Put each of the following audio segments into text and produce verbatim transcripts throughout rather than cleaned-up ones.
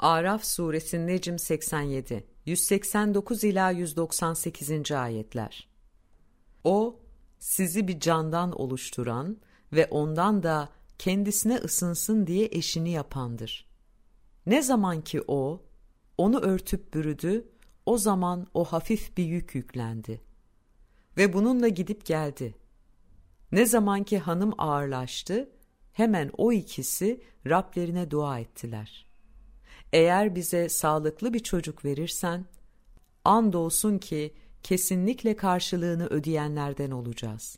Araf suresi Necm seksen yedi yüz seksen dokuz ila yüz doksan sekizinci ayetler. O, sizi bir candan oluşturan ve ondan da kendisine ısınsın diye eşini yapandır. Ne zaman ki o, onu örtüp bürüdü, o zaman o hafif bir yük yüklendi. Ve bununla gidip geldi. Ne zaman ki hanım ağırlaştı, hemen o ikisi Rablerine dua ettiler. Eğer bize sağlıklı bir çocuk verirsen, andolsun ki kesinlikle karşılığını ödeyenlerden olacağız.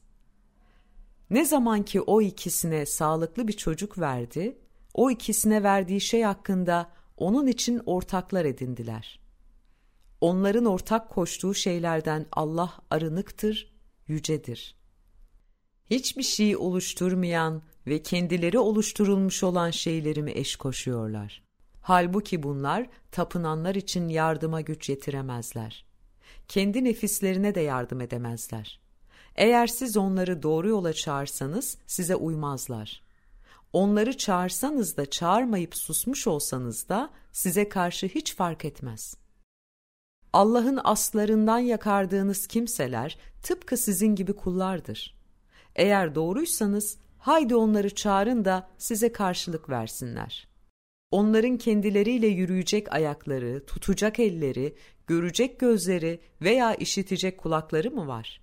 Ne zaman ki o ikisine sağlıklı bir çocuk verdi, o ikisine verdiği şey hakkında onun için ortaklar edindiler. Onların ortak koştuğu şeylerden Allah arınıktır, yücedir. Hiçbir şeyi oluşturmayan ve kendileri oluşturulmuş olan şeyleri mi eş koşuyorlar? Halbuki bunlar tapınanlar için yardıma güç yetiremezler. Kendi nefislerine de yardım edemezler. Eğer siz onları doğru yola çağırsanız size uymazlar. Onları çağırsanız da çağırmayıp susmuş olsanız da size karşı hiç fark etmez. Allah'ın aslarından yakardığınız kimseler tıpkı sizin gibi kullardır. Eğer doğruysanız haydi onları çağırın da size karşılık versinler. Onların kendileriyle yürüyecek ayakları, tutacak elleri, görecek gözleri veya işitecek kulakları mı var?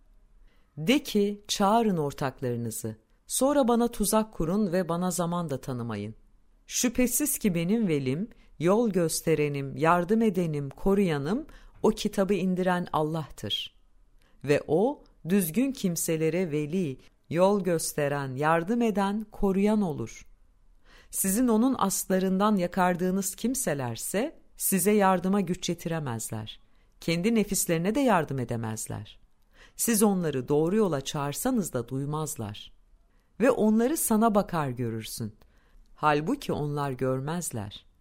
De ki, çağırın ortaklarınızı, sonra bana tuzak kurun ve bana zaman da tanımayın. Şüphesiz ki benim velim, yol gösterenim, yardım edenim, koruyanım, o kitabı indiren Allah'tır. Ve o, düzgün kimselere veli, yol gösteren, yardım eden, koruyan olur. Sizin onun aslarından yakardığınız kimselerse size yardıma güç yetiremezler. Kendi nefislerine de yardım edemezler. Siz onları doğru yola çağırsanız da duymazlar. Ve onları sana bakar görürsün. Halbuki onlar görmezler.